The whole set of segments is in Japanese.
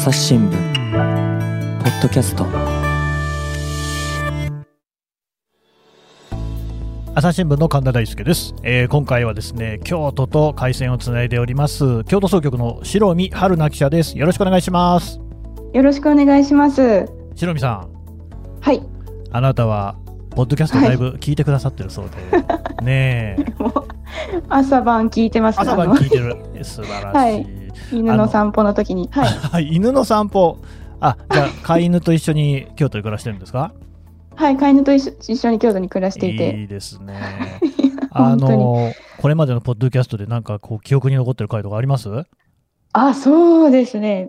朝日新聞ポッドキャスト。 朝日新聞の神田大輔です。今回はですね、京都と回線をつないでおります京都総局の白見春菜記者です。よろしくお願いします。 よろしくお願いします。 白見さん、はい、あなたはポッドキャストだいぶ聞いてくださってるそうで、はい、ねえもう朝晩聞いてます。 朝晩聞いてる素晴らしい、はい、 犬の散歩の時に、 はい、犬の散歩、じゃあ飼い犬と一緒に京都で暮らしてるんですか？ はい、飼い犬と一緒に京都に暮らしていて。 いいですねこれまでのポッドキャストでなんかこう記憶に残ってる回とかあります？ そうですね、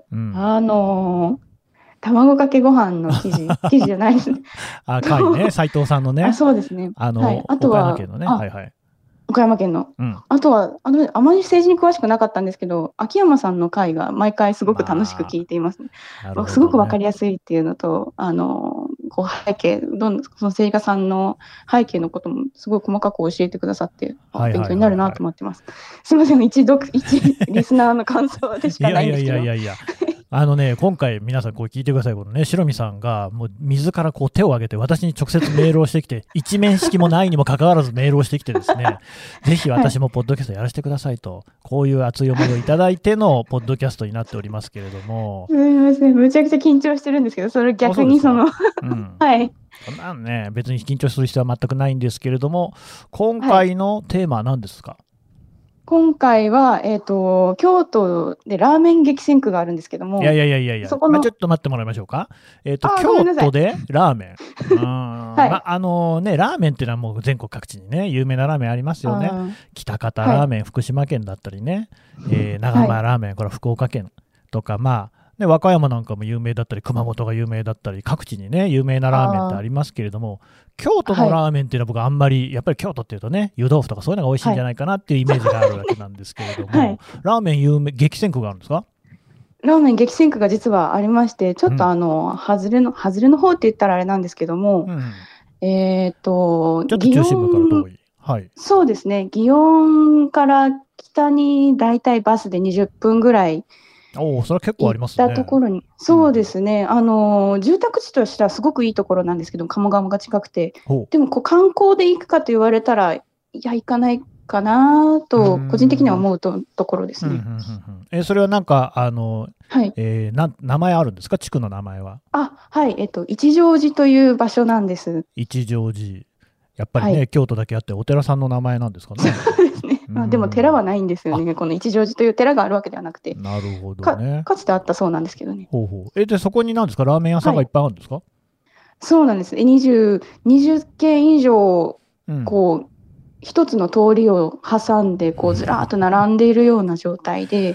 卵かけご飯の記事じゃないですね回ね、斉藤さんのね。 そうですね。 あとは岡山県のね、 岡山県の、あとはあまり政治に詳しくなかったんですけど、秋山さんの回が毎回すごく楽しく聞いています、ね。すごくわかりやすいっていうのと、こう背景、その政治家さんの背景のこともすごい細かく教えてくださって、勉強になるなと思ってます。すみません、一リスナーの感想でしかないんですけど。いや今回皆さんこう聞いてください。このね、白見さんがもう自らこう手を挙げて私に直接メールをしてきて、一面識もないにもかかわらずメールをしてきてですね、ぜひ私もポッドキャストやらせてくださいと、こういう熱い思いをいただいてのポッドキャストになっておりますけれども。 すみません、むちゃくちゃ緊張してるんですけど、それ逆にはい。 こんなんね、別に緊張する必要は全くないんですけれども、今回のテーマは何ですか？ 今回は、京都でラーメン激戦区があるんですけども、 ちょっと待ってもらいましょうか。京都でラーメンラーメンっていうのはもう全国各地にね有名なラーメンありますよね。喜多方ラーメン、福島県だったりね、長浜ラーメン、これは福岡県とか、和歌山なんかも有名だったり、熊本が有名だったり、各地にね有名なラーメンってありますけれども、京都のラーメンっていうのは僕あんまり、やっぱり京都っていうとね、湯豆腐とかそういうのが美味しいんじゃないかなっていうイメージがあるわけなんですけれども、ラーメン激戦区があるんですか？ ラーメン激戦区が実はありまして、ちょっと外れの方って言ったらあれなんですけども、 ちょっと中心部から遠い。 そうですね、祇園から北にだいたいバスで20分ぐらいそれは結構ありますね。 行ったところに、そうですね、住宅地としてはすごくいいところなんですけど、鴨川が近くて、でも観光で行くかと言われたら、いや、行かないかなと、個人的には思うところですね。 それはなんか、名前あるんですか？地区の名前は。 一乗寺という場所なんです。 一乗寺。やっぱりね、京都だけあってお寺さんの名前なんですかね。 そうですね。でも寺はないんですよね。この一乗寺という寺があるわけではなくて。 なるほどね。 かつてあったそうなんですけどね。 で、そこに何ですか、ラーメン屋さんがいっぱいあるんですか？ そうなんです。20軒以上、こう、一つの通りを挟んで、こう、ずらーっと並んでいるような状態で。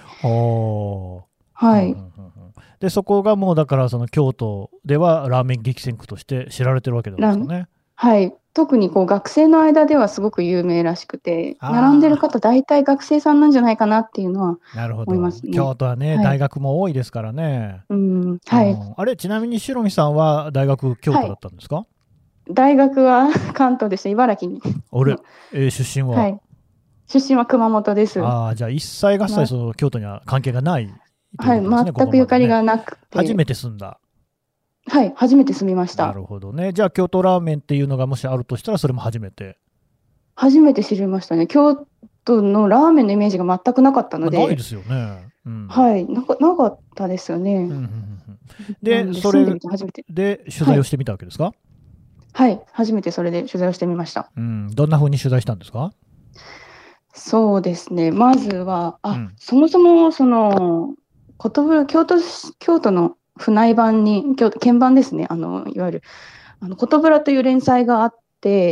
で、そこがもうだから、その京都ではラーメン激戦区として知られてるわけなんですかね。 特にこう学生の間ではすごく有名らしくて、並んでる方大体学生さんなんじゃないかなっていうのは思いますね。 京都はね、大学も多いですからね。ちなみに白見さんは大学京都だったんですか？ 大学は関東でした。茨城に。 出身は？ 出身は熊本です。 じゃあ一切合切その京都には関係がない、 全くゆかりがなくて。 初めて住んだ？ 初めて住みました。 なるほどね。じゃあ京都ラーメンっていうのがもしあるとしたら、それも初めて知りましたね。京都のラーメンのイメージが全くなかったので。 ないですよね。 なかったですよね。 で、それで取材をしてみたわけですか？ 初めてそれで取材をしてみました。 どんな風に取材したんですか？ そうですね。まずは、そもそもその京都の府内版に県版ですね。いわゆることぶらという連載があって、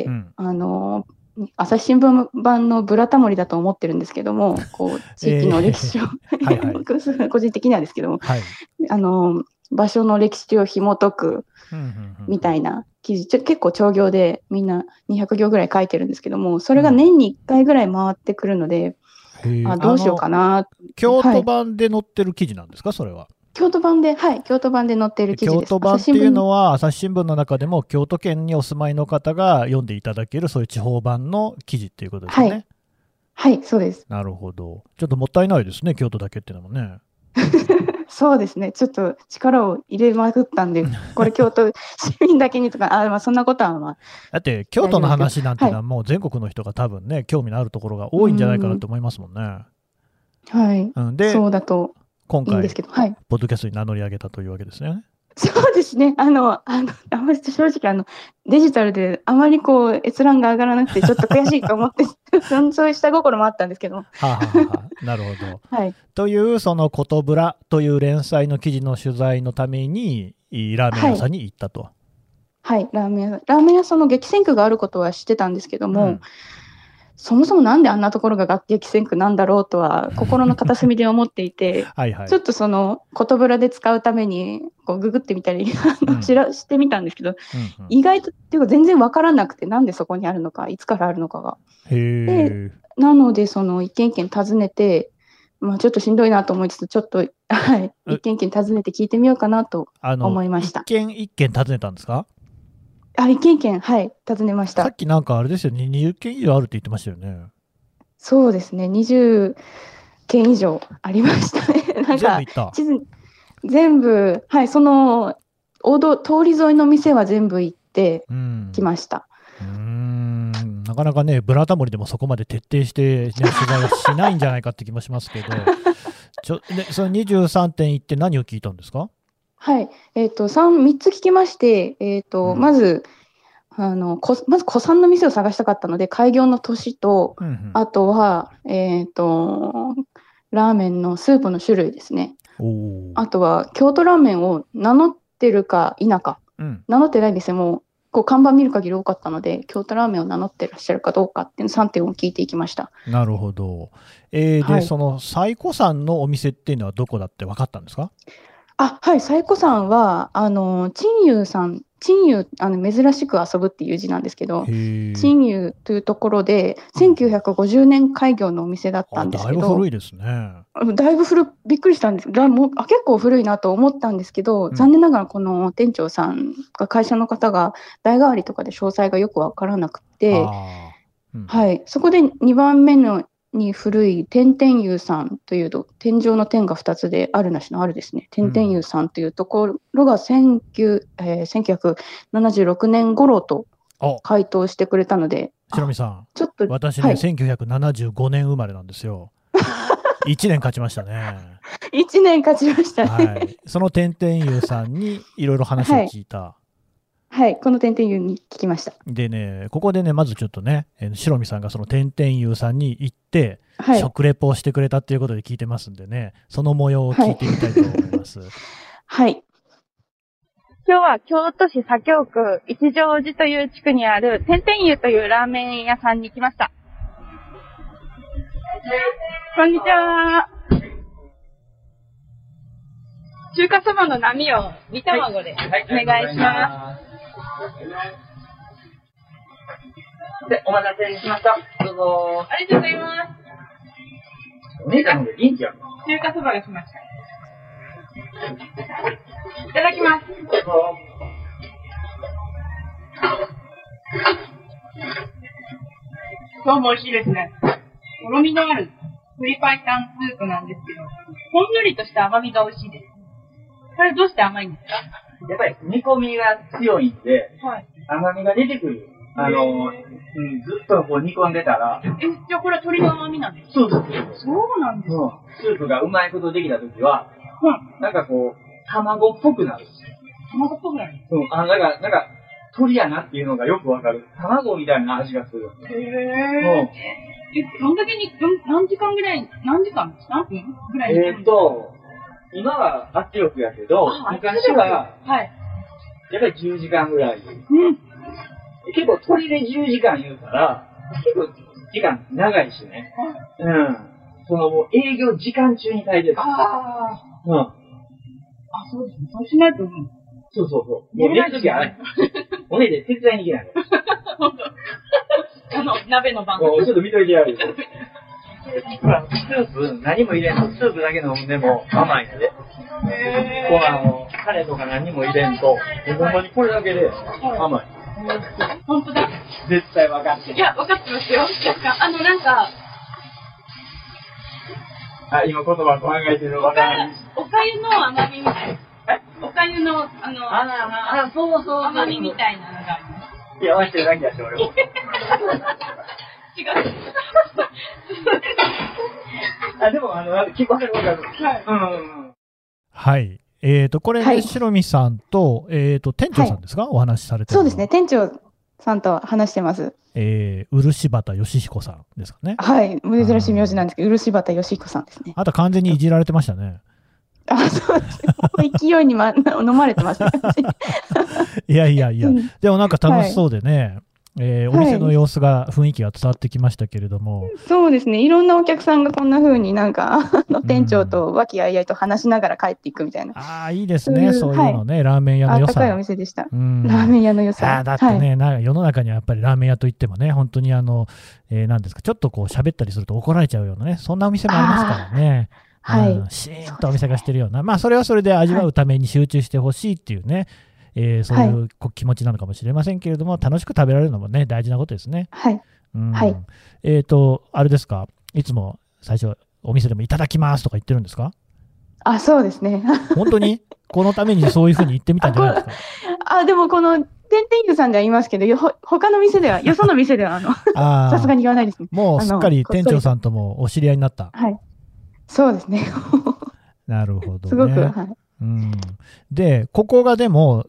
朝日新聞版のブラタモリだと思ってるんですけども、こう地域の歴史を個人的にはですけども、場所の歴史を紐解くみたいな記事、結構長行でみんな200行ぐらい書いてるんですけども、それが年に1回ぐらい回ってくるので、どうしようかな。 京都版で載ってる記事なんですか、それは？ 京都版で載っている記事です。 京都版っていうのは朝日新聞の中でも京都県にお住まいの方が読んでいただけるそういう地方版の記事っていうことですよね。 そうです。 なるほど。ちょっともったいないですね、京都だけっていうのもね。 そうですね。ちょっと力を入れまくったんで、これ京都市民だけにとか、まあそんなことはまあ。 だって京都の話なんていうのはもう全国の人が多分ね、興味のあるところが多いんじゃないかなと思いますもんね。 はい。で、そうだと今回、 いいんですけど、はい。 ポッドキャストに名乗り上げたというわけですね。 そうですね。あんまり正直デジタルであまり閲覧が上がらなくて、ちょっと悔しいと思って、そういう下心もあったんですけど。 なるほど。 はい。 という、そのことぶらという連載の記事の取材のために、ラーメン屋さんに行ったと。 はい、ラーメン屋さんの激戦区があることは知ってたんですけども、そもそもなんであんなところが激戦区なんだろうとは心の片隅で思っていてちょっとそのことぶらで使うためにググってみたりしてみたんですけど、意外とっていうか全然分からなくて、なんでそこにあるのか、いつからあるのかが。でなのでその一軒一軒訪ねて、まあ、ちょっとしんどいなと思いつつちょっと、はい、一軒一軒訪ねて聞いてみようかなと思いました。 一軒一軒訪ねたんですか？ 一軒一軒、はい、訪ねました。 さっきなんかあれですよね、20件以上あるって言ってましたよね。 そうですね、20件以上ありましたね。なんか地図全部、はい、その通り沿いの店は全部行ってきました。 なかなかね、ブラタモリでもそこまで徹底して、ね、取材はしないんじゃないかって気もしますけど、その23点行って何を聞いたんですか？ はい、3つ聞きまして、まず古参の店を探したかったので、開業の年と、あとは、ラーメンのスープの種類ですね。あとは京都ラーメンを名乗ってるか否か、名乗ってない店も看板見る限り多かったので、京都ラーメンを名乗ってらっしゃるかどうかっていう3点を聞いていきました。 なるほど。で、その最古参のお店っていうのはどこだって分かったんですか？ はい、最古参は陳友さん、陳友珍しく遊ぶっていう字なんですけど、陳友というところで1950年開業のお店だったんですけど、 だいぶ古いですね。 だいぶびっくりしたんです。結構古いなと思ったんですけど、残念ながらこの店長さんが、会社の方が代替わりとかで詳細がよく分からなくて、はい、そこで2番目に古い天天湯さんというと、天井の天が2つであるなしのあるですね、天天湯さんというところが1976年頃と回答してくれたので、 白見さん、ちょっと私ね、1975年生まれなんですよ。1年経ちましたね。 1年経ちましたね。 はい、その天天湯さんにいろいろ話を聞いた。 はい、この天天湯に聞きました。 でね、ここでね、まずちょっとね、白見さんがその天天湯さんに行って、食レポをしてくれたっていうことで聞いてますんでね、その模様を聞いてみたいと思います。 はい。今日は京都市左京区一乗寺という地区にある天天湯というラーメン屋さんに来ました。こんにちは。中華そばの波を煮卵でお願いします。 で、お待たせしました。どうぞ。 ありがとうございます。 お姉ちゃんの方が元気やろ。 中華そばが来ました。いただきます。どうぞ。今日も美味しいですね。とろみのある鶏白湯スープなんですけど、ほんのりとした甘みが美味しいです。これどうして甘いんですか？ やっぱり煮込みが強いんで、甘みが出てくる。ずっとこう煮込んでたら。 じゃあこれは鶏の甘みなんですか？ そうなんですか。スープがうまいことできたときは、なんかこう、卵っぽくなる。 卵っぽくなる？ なんか、鶏やなっていうのがよくわかる。卵みたいな味がする。 どんだけに、何時間ぐらい、何分ぐらい今は圧力やけど、昔は、やっぱり10時間ぐらい。結構鶏で10時間言うから、結構時間長いしね。そのもう営業時間中に炊いてる。 そうですね。そうしないと。 そう。もう寝るときはあれ。おねで手伝いに行けない。 本当。鍋の番。 ちょっと見といてやる。スープ何も入れんと、スープだけ飲んでも甘いので。タレとか何も入れんと、ほんまにこれだけで甘い。 本当だ。 絶対分かってる。 いや、分かってますよ。なんか、 あ、今言葉考えてるわからない。 おかゆの甘みみたいな。おかゆの、 そうそう。 甘みみたいなのがあります。 いや、合わせてるだけやし、俺も。違う。あ、でも、聞こえるわかる。はい。 はい。これ、ね、白見さんと、店長さんですか、お話しされてるのは。 そうですね、店長さんと話してます。 漆畑義彦さんですかね。 はい、珍しい名字なんですけど、漆畑義彦さんですね。 あと完全にいじられてましたね。 そうですね。勢いに、飲まれてましたね。 いや、でもなんか楽しそうでね。お店の様子が、雰囲気が伝わってきましたけれども、 そうですね、いろんなお客さんがこんな風になんか店長と和気あいあいと話しながら帰っていくみたいな。 ああ、いいですね、そういうのね、ラーメン屋の良さ。 温かいお店でした。ラーメン屋の良さ。 だってね、世の中にはやっぱりラーメン屋といってもね、本当になんですか、ちょっとこう喋ったりすると怒られちゃうようなね、そんなお店もありますからね。シーンとお店がしてるような、まあそれはそれで味わうために集中してほしいっていうね。そういう気持ちなのかもしれませんけれども、楽しく食べられるのもね、大事なことですね。 はい。 あれですか、いつも最初、お店でもいただきますとか言ってるんですか？ そうですね。 本当にこのためにそういうふうに言ってみたんじゃないですか？ でもこの、天天湯さんでは言いますけど、他の店では、よその店では、さすがに言わないですね。 もうすっかり店長さんともお知り合いになった。 はい。そうですね。 なるほどね。 すごく、 で、ここがでも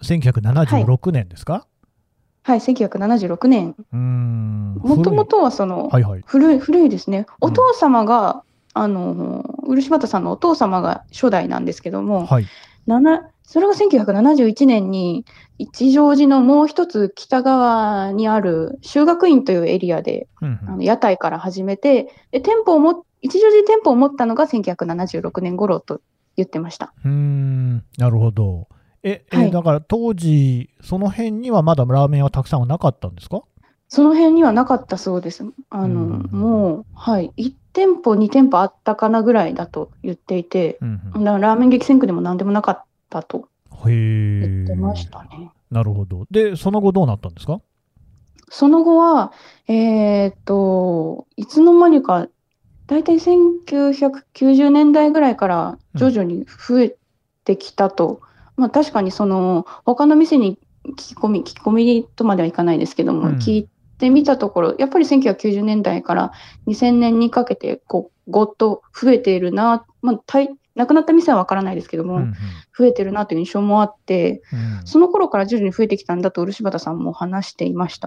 1976年ですか？ はい、1976年。もともとは古いですね。お父様が、漆畑さんのお父様が初代なんですけども、それが1971年に一乗寺のもう一つ北側にある修学院というエリアで、屋台から始めて、一乗寺店舗を持ったのが1976年頃と言ってました。 なるほど。だから当時、その辺にはまだラーメン屋はたくさんはなかったんですか？ その辺にはなかったそうです。もう、1店舗、2店舗あったかなぐらいだと言っていて、だからラーメン激戦区でも何でもなかったと言ってましたね。 なるほど。で、その後どうなったんですか？ その後は、いつの間にか、だいたい1990年代ぐらいから徐々に増えてきたと。確かに他の店に聞き込みとまではいかないですけども、聞いてみたところ、やっぱり1990年代から2000年にかけてごっと増えているな、なくなった店はわからないですけども、増えてるなという印象もあって、その頃から徐々に増えてきたんだと漆畑さんも話していました。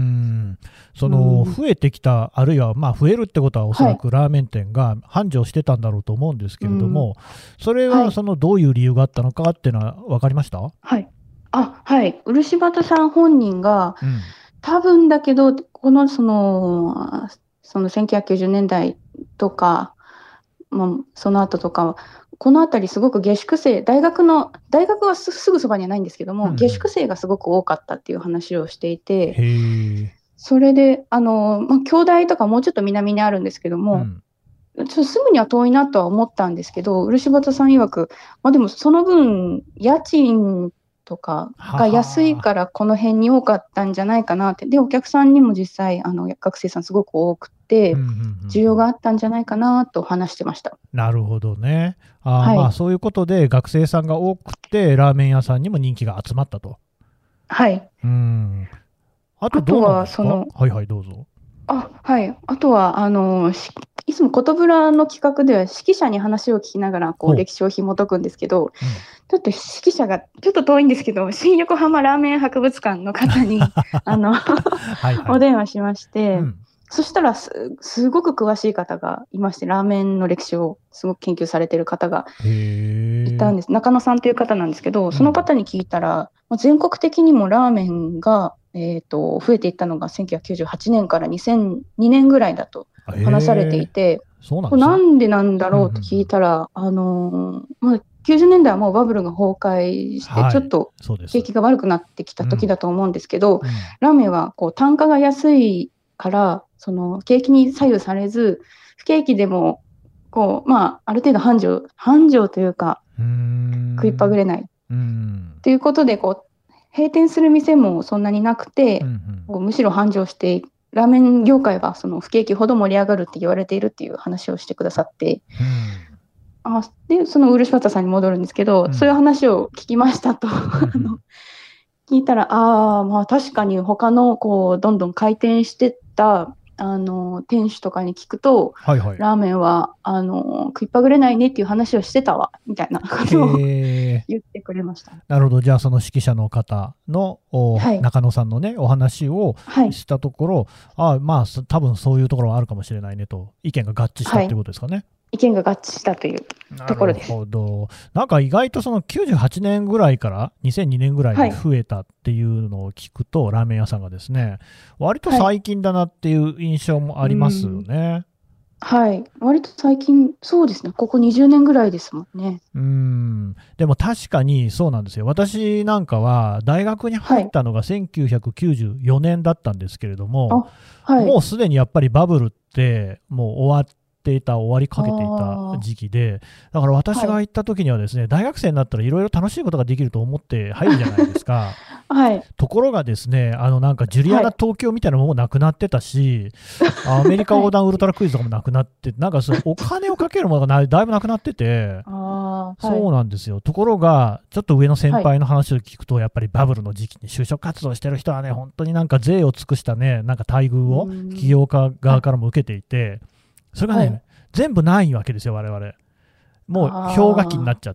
増えてきた、あるいは増えるってことはおそらくラーメン店が繁盛してたんだろうと思うんですけれども、それはどういう理由があったのかっていうのは分かりました？ 漆畑さん本人が、多分だけど、その1990年代とか、その後とか、この辺りすごく下宿生、大学はすぐそばにはないんですけども、下宿生がすごく多かったっていう話をしていて、それで、京大とかもうちょっと南にあるんですけども、ちょっとすぐには遠いなとは思ったんですけど、漆畑さん曰く、でもその分、家賃とかが安いからこの辺に多かったんじゃないかなって。で、お客さんにも実際、学生さんすごく多くて、需要があったんじゃないかなと話してました。 なるほどね。そういうことで学生さんが多くて、ラーメン屋さんにも人気が集まったと。 はい。 あとどうなんですか？どうぞ。 あとは、いつもことぶらの企画では指揮者に話を聞きながら歴史を紐解くんですけど、ちょっと指揮者がちょっと遠いんですけど、新横浜ラーメン博物館の方にお電話しまして、そしたらすごく詳しい方がいまして、ラーメンの歴史をすごく研究されている方がいたんです。中野さんという方なんですけど、その方に聞いたら、全国的にもラーメンが増えていったのが1998年から2002年ぐらいだと話されていて、なんでなんだろうと聞いたら、90年代はもうバブルが崩壊して、ちょっと景気が悪くなってきた時だと思うんですけど、ラーメンは単価が安いから、景気に左右されず、不景気でもある程度繁盛というか、食いっぱぐれない。ということで、閉店する店もそんなになくて、むしろ繁盛してラーメン業界はその不景気ほど盛り上がるって言われているっていう話をしてくださって、でそのウールシュバッターさんに戻るんですけど、そういう話を聞きましたと聞いたら、まあ確かに他のこうどんどん回転してった店主とかに聞くと、ラーメンは食いっぱぐれないねっていう話をしてたわみたいなことを言ってくれました。 なるほど。じゃあその指揮者の方の、中野さんのねお話をしたところ、まあ多分そういうところはあるかもしれないねと意見が合致したっていうことですかね。 意見が合致したというところです。 なるほど。なんか意外とその98年ぐらいから2002年ぐらいに増えたっていうのを聞くと、ラーメン屋さんがですね、割と最近だなっていう印象もありますよね。 はい、割と最近、そうですね、ここ20年ぐらいですもんね。 でも確かにそうなんですよ。私なんかは大学に入ったのが1994年だったんですけれども、もうすでにやっぱりバブルってもう終わりかけていた時期で、だから私が行った時にはですね、大学生になったらいろいろ楽しいことができると思って入るじゃないですか。ところがですね、なんかジュリアナ東京みたいなものもなくなってたし、アメリカ横断ウルトラクイズとかもなくなって、なんかそのお金をかけるものがだいぶなくなってて、そうなんですよ。ところが、ちょっと上の先輩の話を聞くと、やっぱりバブルの時期に就職活動してる人はね、本当になんか税を尽くしたね、なんか待遇を企業家側からも受けていて、それがね、全部ないわけですよ、我々。もう氷河期になっちゃって。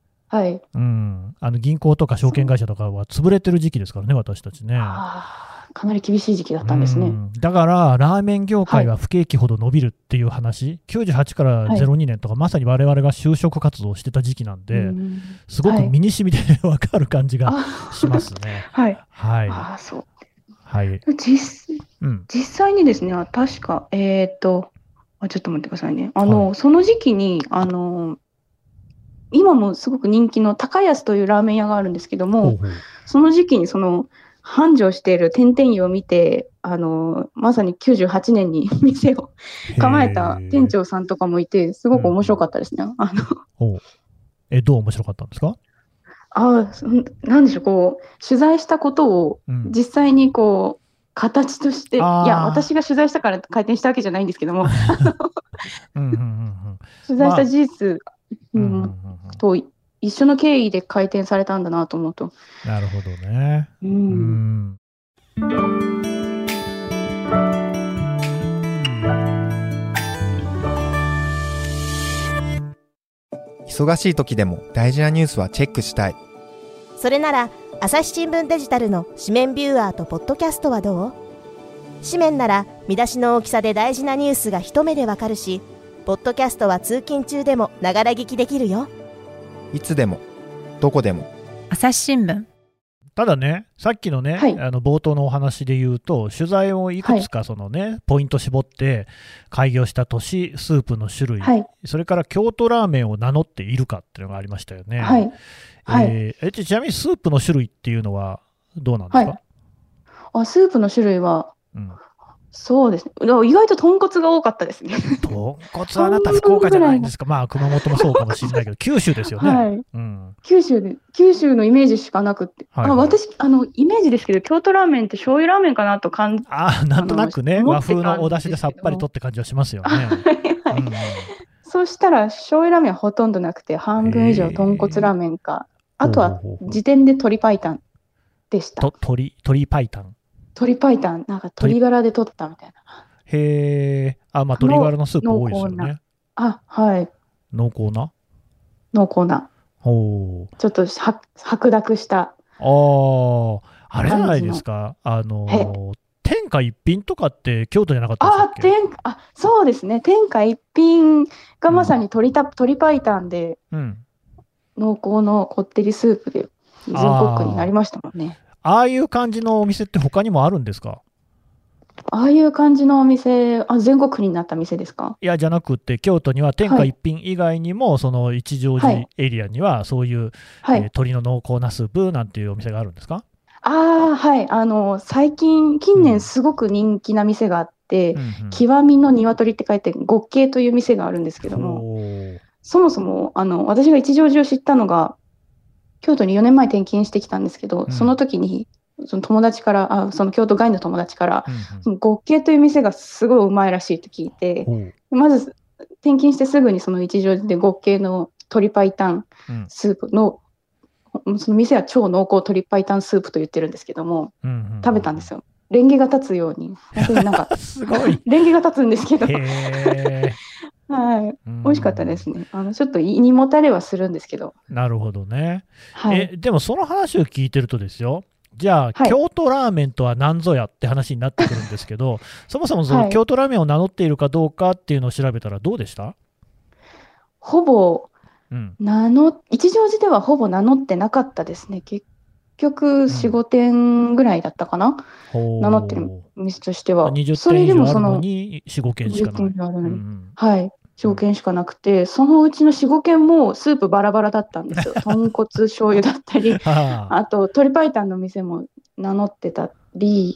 銀行とか証券会社とかは潰れてる時期ですからね、私たちね。 かなり厳しい時期だったんですね。 だからラーメン業界は不景気ほど伸びるっていう話、98から02年とか、まさに我々が就職活動をしてた時期なんで、すごく身に染みて分かる感じがしますね。 実際にですね、確かちょっと待ってくださいね。その時期に今もすごく人気の高安というラーメン屋があるんですけども、その時期にその繁盛している天天湯を見て、まさに98年に店を構えた店長さんとかもいて、すごく面白かったですね。 どう面白かったんですか？ なんでしょう、こう取材したことを実際にこう形として、いや私が取材したから回転したわけじゃないんですけども取材した事実、と一緒の経緯で回転されたんだなと思うと。 なるほどね。 忙しい時でも大事なニュースはチェックしたい。 それなら朝日新聞デジタルの紙面ビューアーとポッドキャストはどう？紙面なら見出しの大きさで大事なニュースが一目でわかるし、ポッドキャストは通勤中でもながら聞きできるよ。 いつでもどこでも朝日新聞。 ただね、さっきのね、冒頭のお話で言うと、取材をいくつかそのね、ポイント絞って開業した都市スープの種類、それから京都ラーメンを名乗っているかっていうのがありましたよね。ちなみにスープの種類っていうのはどうなんですか？ スープの種類は、そうですね。意外と豚骨が多かったですね。 豚骨はあなた福岡じゃないんですか。まあ熊本もそうかもしれないけど、九州ですよね。 九州のイメージしかなくて、私イメージですけど、京都ラーメンって醤油ラーメンかなとなんとなくね、和風のお出汁でさっぱりとって感じはしますよね。 そうしたら醤油ラーメンはほとんどなくて、半分以上豚骨ラーメンか、あとは時点で鶏白湯でした。 鶏白湯。 鶏白湯、なんか鶏ガラで取ったみたいな。 へえ。まあ鶏ガラのスープ多いですよね。濃厚な。ちょっと白濁した。あれじゃないですか。天下一品とかって京都じゃなかったですか？ そうですね。天下一品がまさに鶏白湯で、濃厚のこってりスープで全国区になりましたもんね。 ああいう感じのお店って他にもあるんですか？ ああいう感じのお店、あ、全国区になった店ですか？ いや、じゃなくて、京都には天下一品以外にも、その一乗寺エリアには、そういう、鶏の濃厚なスープなんていうお店があるんですか？ はい。近年すごく人気な店があって、極みの鶏って書いて、極系という店があるんですけども、そもそも、私が一乗寺を知ったのが、京都に4年前転勤してきたんですけど、その時に、 その友達からその京都外の友達から、 うんうん、 極慶という店がすごいうまいらしいと聞いて、まず転勤してすぐにその一乗寺で極慶の鶏白湯スープの、その店は超濃厚鶏白湯スープと言ってるんですけども、 うんうん、 食べたんですよ。レンゲが立つように。本当になんかすごいレンゲが立つんですけどはい、美味しかったですね。ちょっと胃にもたれはするんですけど。 なるほどね。 はい、 でもその話を聞いてるとですよ、じゃあ、 はい、 京都ラーメンとは何ぞやって話になってくるんですけど、そもそもその京都ラーメンを名乗っているかどうかっていうのを調べたらどうでした？ ほぼ一乗寺ではほぼ名乗ってなかったですね。結局4、5店ぐらいだったかな、名乗ってる店としては。 20店以上あるのに4、5軒しかない。 はい、4、5軒しかなくて、そのうちの4、5軒もスープバラバラだったんですよ。豚骨醤油だったりあと鶏白湯の店も名乗ってたり、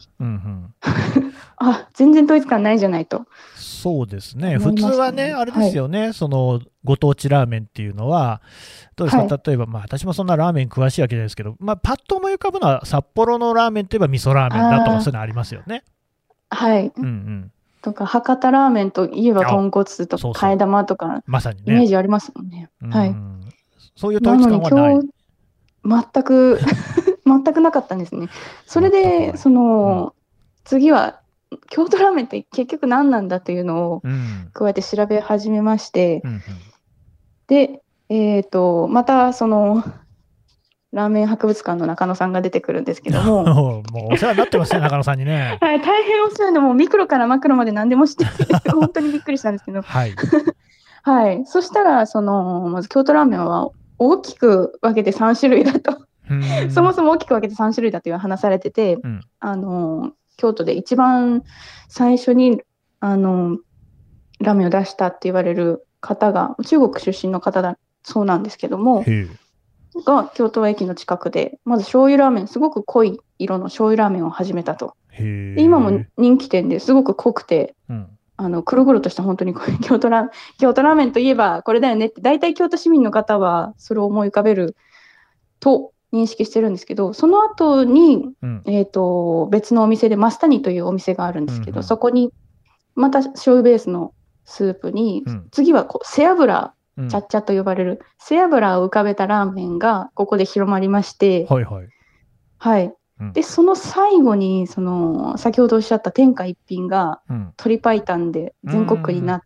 全然統一感ないじゃないと。 そうですね、普通はね、あれですよね、そのご当地ラーメンっていうのは、どうですか、例えば、私もそんなラーメン詳しいわけですけど、パッと思い浮かぶのは、札幌のラーメンといえば味噌ラーメンだとか、そういうのありますよね。 はい、とか、博多ラーメンといえば豚骨とか替え玉とか、 まさにね、 イメージありますもんね。はい、 そういう統一感はない。 全く全くなかったんですね。それで次は京都ラーメンって結局何なんだというのを加えて調べ始めまして、で、またそのラーメン博物館の中野さんが出てくるんですけどももうお世話になってますね、中野さんにね。 はい、大変お世話で、もうミクロからマクロまで何でも知ってて本当にびっくりしたんですけど、 はいはい、そしたらまず京都ラーメンは大きく分けて3種類だとそもそも大きく分けて3種類だという話されてて、京都で一番最初にラーメンを出したって言われる方が中国出身の方だそうなんですけども、が京都駅の近くでまず醤油ラーメン、すごく濃い色の醤油ラーメンを始めたと。で今も人気店ですごく濃くて、黒々とした本当に京都ラーメンといえばこれだよねって、大体京都市民の方はそれを思い浮かべると認識してるんですけど、その後に、別のお店で増谷というお店があるんですけど、そこにまた醤油ベースのスープに、次は背脂、チャッチャと呼ばれる背脂を浮かべたラーメンがここで広まりまして、でその最後に先ほどおっしゃった天下一品が鶏白湯で全国区になって、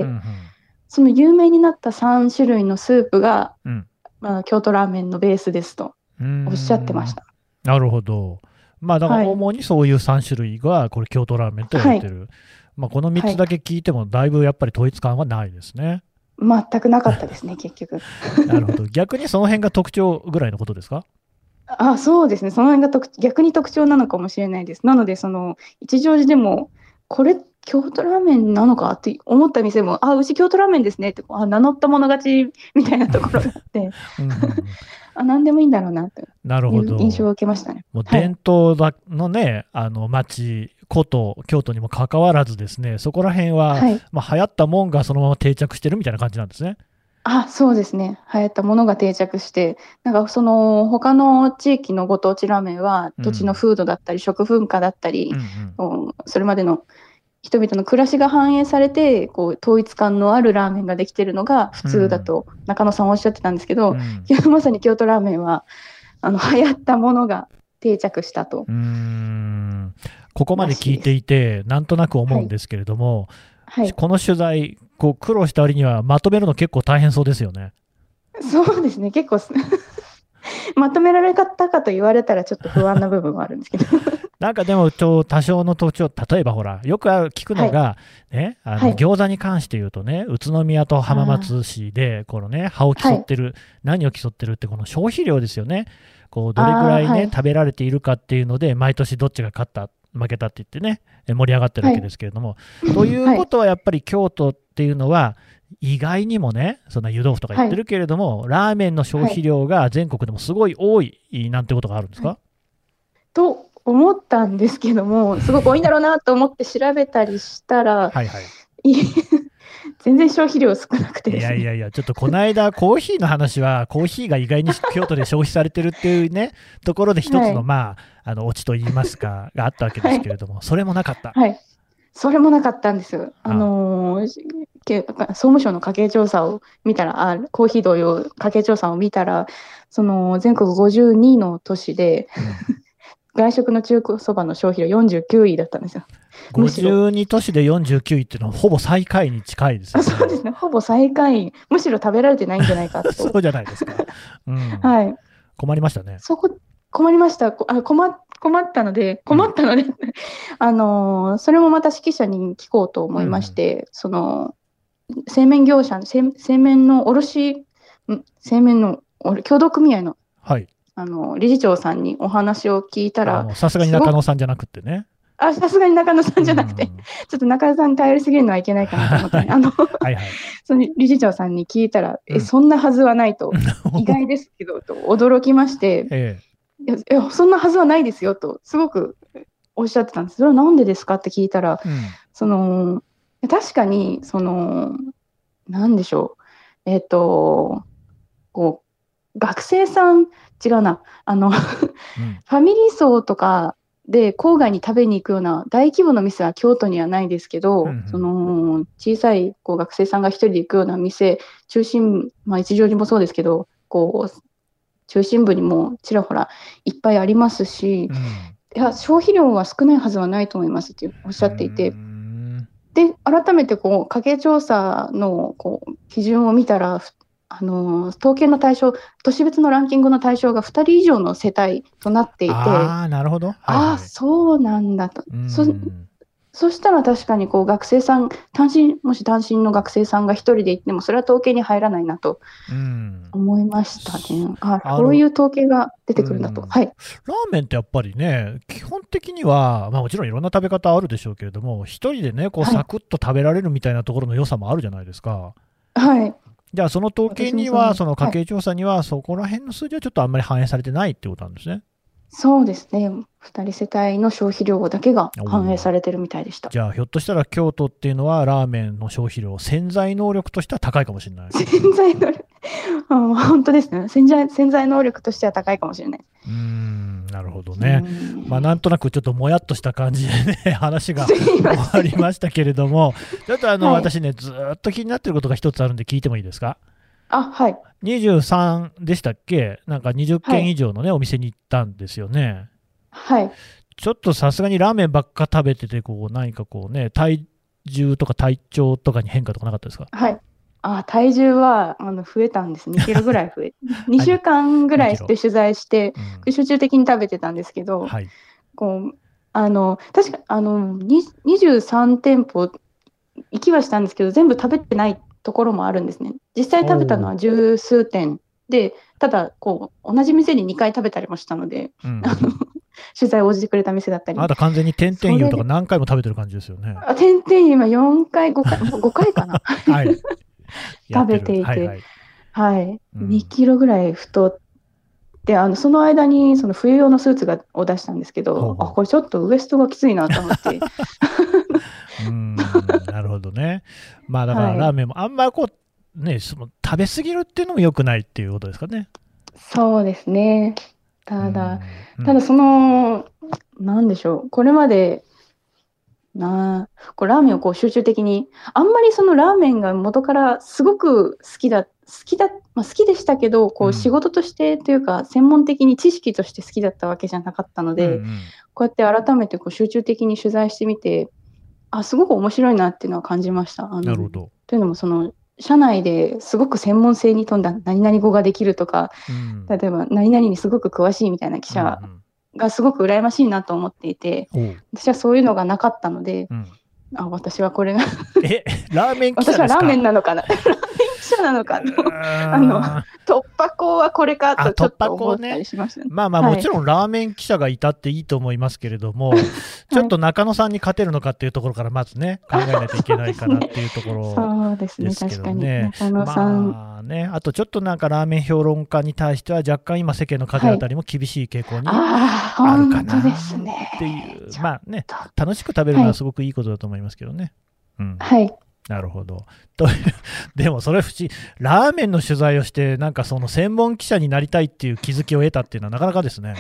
その有名になった3種類のスープが、京都ラーメンのベースですとおっしゃってました。 なるほど。だから主にそういう3種類がこれ京都ラーメンと言われてる。この3つだけ聞いてもだいぶやっぱり統一感はないですね。 全くなかったですね、結局。 なるほど。逆にその辺が特徴ぐらいのことですか？ そうですね。その辺が逆に特徴なのかもしれないです。なので一乗寺でもこれ京都ラーメンなのかって思った店も、うち京都ラーメンですねって名乗った者勝ちみたいなところがあって何でもいいんだろうなっていう印象を受けましたね。 もう伝統のね、町こと京都にもかかわらずですね、そこら辺は、流行ったもんがそのまま定着してるみたいな感じなんですね。 そうですね。流行ったものが定着して、なんか他の地域のご当地ラーメンは土地の風土だったり、食文化だったり、それまでの人々の暮らしが反映されて統一感のあるラーメンができているのが普通だと中野さんはおっしゃってたんですけど、まさに京都ラーメンは流行ったものが定着したと。 ここまで聞いていてなんとなく思うんですけれども、この取材苦労した割にはまとめるの結構大変そうですよね。 そうですね、結構まとめられたかと言われたらちょっと不安な部分はあるんですけどなんかでも多少の特徴、例えばほらよく聞くのが、餃子に関して言うとね、宇都宮と浜松市でこのね葉を競ってる、何を競ってるってこの消費量ですよね。どれぐらいね、食べられているかっていうので毎年どっちが勝った負けたって言ってね盛り上がってるわけですけれども、ということはやっぱり京都っていうのは意外にもね、そんな湯豆腐とか言ってるけれども、ラーメンの消費量が全国でもすごい多いなんてことがあるんですか？ と思ったんですけども、すごく多いんだろうなと思って調べたりしたら、 全然消費量少なくてですね。 いや、ちょっとこの間、コーヒーの話は、コーヒーが意外に京都で消費されてるっていうね、ところで一つの、オチといいますか、があったわけですけれども、それもなかった。 はい。それもなかったんです。総務省の家計調査を見たら、コーヒー同様家計調査を見たら、全国52の都市で、外食の中華そばの消費量49位だったんですよ。 52都市で49位っていうのはほぼ最下位に近いですね。 そうですね、ほぼ最下位、むしろ食べられてないんじゃないかと。 そうじゃないですか。 はい。 困りましたね。 困りました。困ったので、それもまた指揮者に聞こうと思いまして、製麺業者、製麺の協同組合の、 はい、 理事長さんにお話を聞いたら、 さすがに中野さんじゃなくてね。 さすがに中野さんじゃなくて、ちょっと中野さんに頼りすぎるのはいけないかなと思って、その理事長さんに聞いたら、そんなはずはないと、意外ですけど、と驚きまして、そんなはずはないですよと、すごくおっしゃってたんです。それはなんでですかって聞いたら、確かに、なんでしょう、学生さん、違うな、ファミリー層とかで郊外に食べに行くような大規模な店は京都にはないですけど、小さい学生さんが一人で行くような店、一条寺もそうですけど、中心部にもちらほらいっぱいありますし、いや消費量は少ないはずはないと思いますっておっしゃっていて、で改めて家計調査の基準を見たら、統計の対象、都市別のランキングの対象が2人以上の世帯となっていて、 なるほど。 そうなんだと。そしたら確かに学生さん、もし単身の学生さんが1人で行っても、それは統計に入らないなと思いましたね。こういう統計が出てくるんだと。はい。 ラーメンってやっぱりね、基本的には、もちろんいろんな食べ方あるでしょうけれども、1人でね、サクッと食べられるみたいなところの良さもあるじゃないですか。 はい。 じゃあその統計には、その家計調査には、そこら辺の数字はちょっとあんまり反映されてないってことなんですね。 そうですね。2人世帯の消費量だけが反映されてるみたいでした。 じゃあひょっとしたら京都っていうのはラーメンの消費量、潜在能力としては高いかもしれない。 潜在能力本当ですね。潜在能力としては高いかもしれない。 なるほどね。なんとなくちょっともやっとした感じでね、話が終わりましたけれども、ちょっと私ね、ずっと気になってることが一つあるんで聞いてもいいですか？ はい。 23でしたっけ？なんか20軒以上のね、お店に行ったんですよね。 はい。 ちょっとさすがにラーメンばっか食べてて、何か体重とか体調とかに変化とかなかったですか？ はい。体重は増えたんです。2キロぐらい増え2週間ぐらいで取材して、集中的に食べてたんですけど、確か23店舗行きはしたんですけど、全部食べてないところもあるんですね。実際食べたのは十数店で、ただ同じ店に2回食べたりもしたので、取材を応じてくれた店だったり。 あなた完全に点々湯とか何回も食べてる感じですよね。 点々湯今4回、5回かな。はい。食べていて、2キロぐらい太って、その間に冬用のスーツを出したんですけど、これちょっとウエストがきついなと思って。 なるほどね。だからラーメンもあんま食べ過ぎるっていうのも良くないっていうことですかね。 そうですね。ただなんでしょう、これまでラーメンを集中的に、あんまりラーメンが元からすごく好きでしたけど、仕事としてというか、専門的に知識として好きだったわけじゃなかったので、こうやって改めて集中的に取材してみて、すごく面白いなっていうのは感じました。 なるほど。 というのも社内ですごく専門性に富んだ何々語ができるとか、例えば何々にすごく詳しいみたいな記者がすごく羨ましいなと思っていて、私はそういうのがなかったので、私はこれがラーメン記者ですか？ 私はラーメンなのかなラーメン記者なのかと突破口はこれかとちょっと思ったりしましたね。 もちろんラーメン記者がいたっていいと思いますけれども、ちょっと中野さんに勝てるのかっていうところからまずね、考えないといけないかなっていうところですけどね。 中野さんあとちょっとラーメン評論家に対しては若干今世間の風当たりも厳しい傾向にあるかなっていう、楽しく食べるのはすごくいいことだと思いますけどね。 はい。 なるほど。でもそれ不思議、ラーメンの取材をして、なんかその専門記者になりたいっていう気づきを得たっていうのはなかなかですね。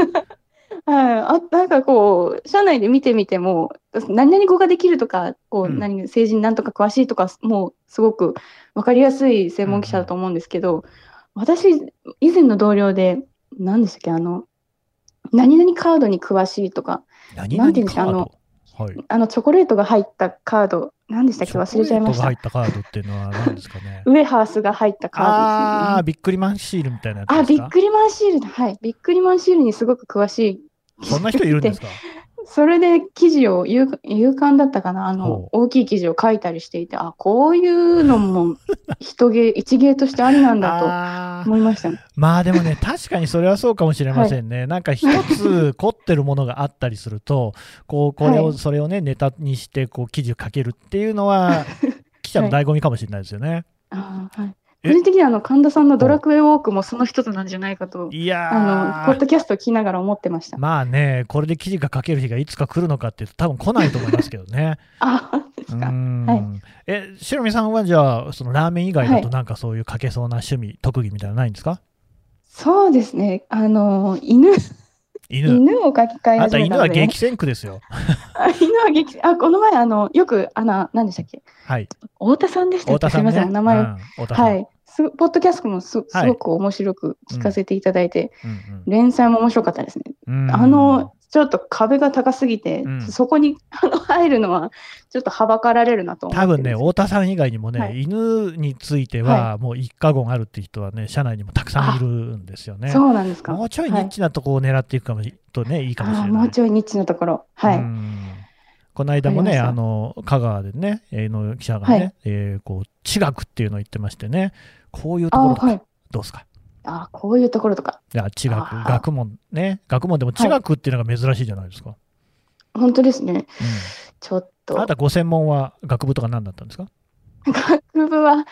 なんかこう、社内で見てみても、何々語ができるとか、政治になんとか詳しいとか、もうすごく分かりやすい専門記者だと思うんですけど、私、以前の同僚で、何でしたっけ、何々カードに詳しいとか、 何々カード、 チョコレートが入ったカード、何でしたっけ、忘れちゃいました。 チョコレートが入ったカードっていうのは何ですかね。 ウエハースが入ったカードですね。 ビックリマンシールみたいなやつですか。 ビックリマンシール、はい。ビックリマンシールにすごく詳しい。 そんな人いるんですか。 それで記事を、夕刊だったかな、大きい記事を書いたりしていて、こういうのも一芸としてありなんだと思いましたね。 まあでもね、確かにそれはそうかもしれませんね。なんか一つ凝ってるものがあったりすると、それをね、ネタにして記事を書けるっていうのは、記者の醍醐味かもしれないですよね。 個人的には神田さんのドラクエウォークもその一つなんじゃないかと、ポッドキャストを聞きながら思ってました。 まあね、これで記事が書ける日がいつか来るのかっていうと、多分来ないと思いますけどね。 ですか。 白見さんはじゃあ、そのラーメン以外だと、なんかそういう書けそうな趣味、特技みたいなのないんですか？ そうですね、犬を書き換え始めたので。 あんた犬は激戦区ですよ。 犬は激戦、この前よく何でしたっけ？太田さんでしたっけ？すみません、名前を。ポッドキャストもすごく面白く聞かせていただいて、連載も面白かったですね。ちょっと壁が高すぎて、そこに入るのはちょっとはばかられるなと思って。 多分ね、太田さん以外にもね、犬についてはもう一過言あるっていう人はね、社内にもたくさんいるんですよね。 そうなんですか。 もうちょいニッチなところを狙っていくとね、いいかもしれない。 もうちょいニッチなところ。 この間もね、香川でね、の記者がね、地学っていうのを言ってましてね、こういうところとか、どうですか？ こういうところとか。 いや、地学、学問ね。学問でも地学っていうのが珍しいじゃないですか。 本当ですね。ちょっと。 あなたご専門は学部とか何だったんですか？ 学部は、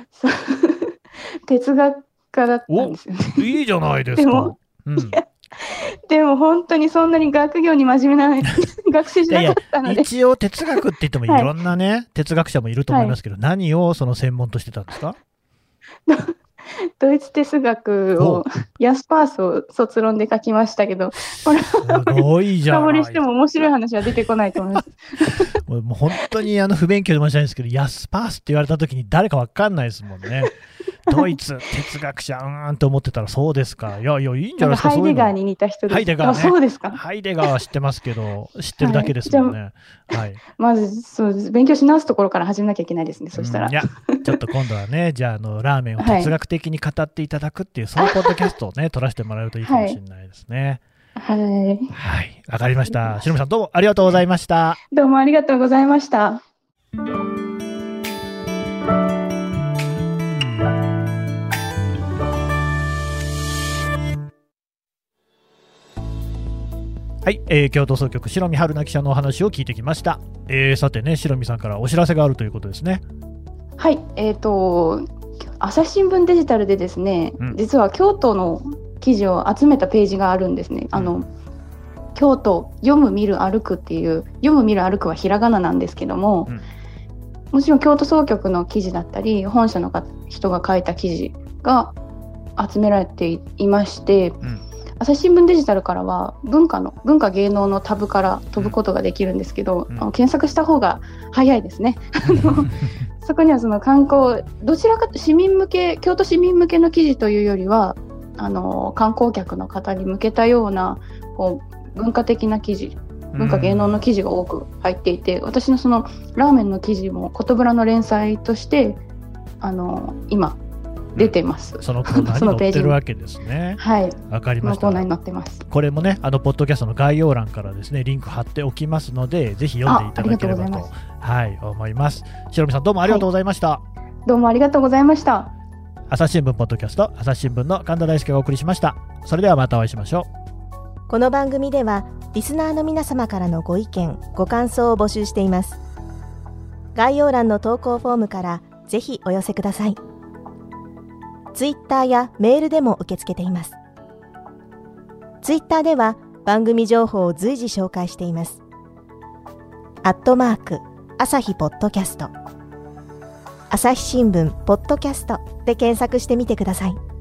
哲学科だったんですよね。 いいじゃないですか。 でも本当にそんなに学業に真面目な学習しなかったので。 一応哲学って言ってもいろんなね、哲学者もいると思いますけど、何をその専門としてたんですか？ ドイツ哲学をヤスパースを卒論で書きましたけど、これはすごいじゃん。 深掘りしても面白い話は出てこないと思います。 もう本当に不勉強で申し訳ないんですけど、ヤスパースって言われた時に誰か分かんないですもんね。ドイツ哲学者と思ってたら、そうですか。いやいいんじゃないですか。 ハイデガーに似た人です。 ハイデガーね。 そうですか。 ハイデガーは知ってますけど、知ってるだけですもんね。 まずそうです。勉強し直すところから始めなきゃいけないですね。そしたら。 いや、ちょっと今度はね、じゃあラーメンを哲学的に語っていただくっていう、そういうポッドキャストをね、撮らせてもらうといいかもしれないですね。はい、わかりました。白見さん、どうもありがとうございました。 どうもありがとうございました。 はい、京都総局白見春菜記者のお話を聞いてきました。さてね、白見さんからお知らせがあるということですね。 はい、朝日新聞デジタルでですね、実は京都の記事を集めたページがあるんですね。京都読む見る歩くっていう、読む見る歩くはひらがななんですけども、もちろん京都総局の記事だったり本社の人が書いた記事が集められていまして、朝日新聞デジタルからは文化芸能のタブから飛ぶことができるんですけど、検索した方が早いですね。そこにはその観光、どちらかと京都市民向けの記事というよりは観光客の方に向けたような文化的な記事、文化芸能の記事が多く入っていて、私のそのラーメンの記事もことぶらの連載として今出てます。 そのコーナーに載ってるわけですね。 はい。 わかりました。 このコーナーに載ってます。 これもね、ポッドキャストの概要欄からですね、リンク貼っておきますので、ぜひ読んでいただければと、思います。白見さん、どうもありがとうございました。 どうもありがとうございました。 朝日新聞ポッドキャスト、朝日新聞の神田大輔がお送りしました。それではまたお会いしましょう。 この番組ではリスナーの皆様からのご意見、ご感想を募集しています。概要欄の投稿フォームからぜひお寄せください。ツイッターやメールでも受け付けています。ツイッターでは番組情報を随時紹介しています。@朝日ポッドキャスト、 朝日新聞ポッドキャストで検索してみてください。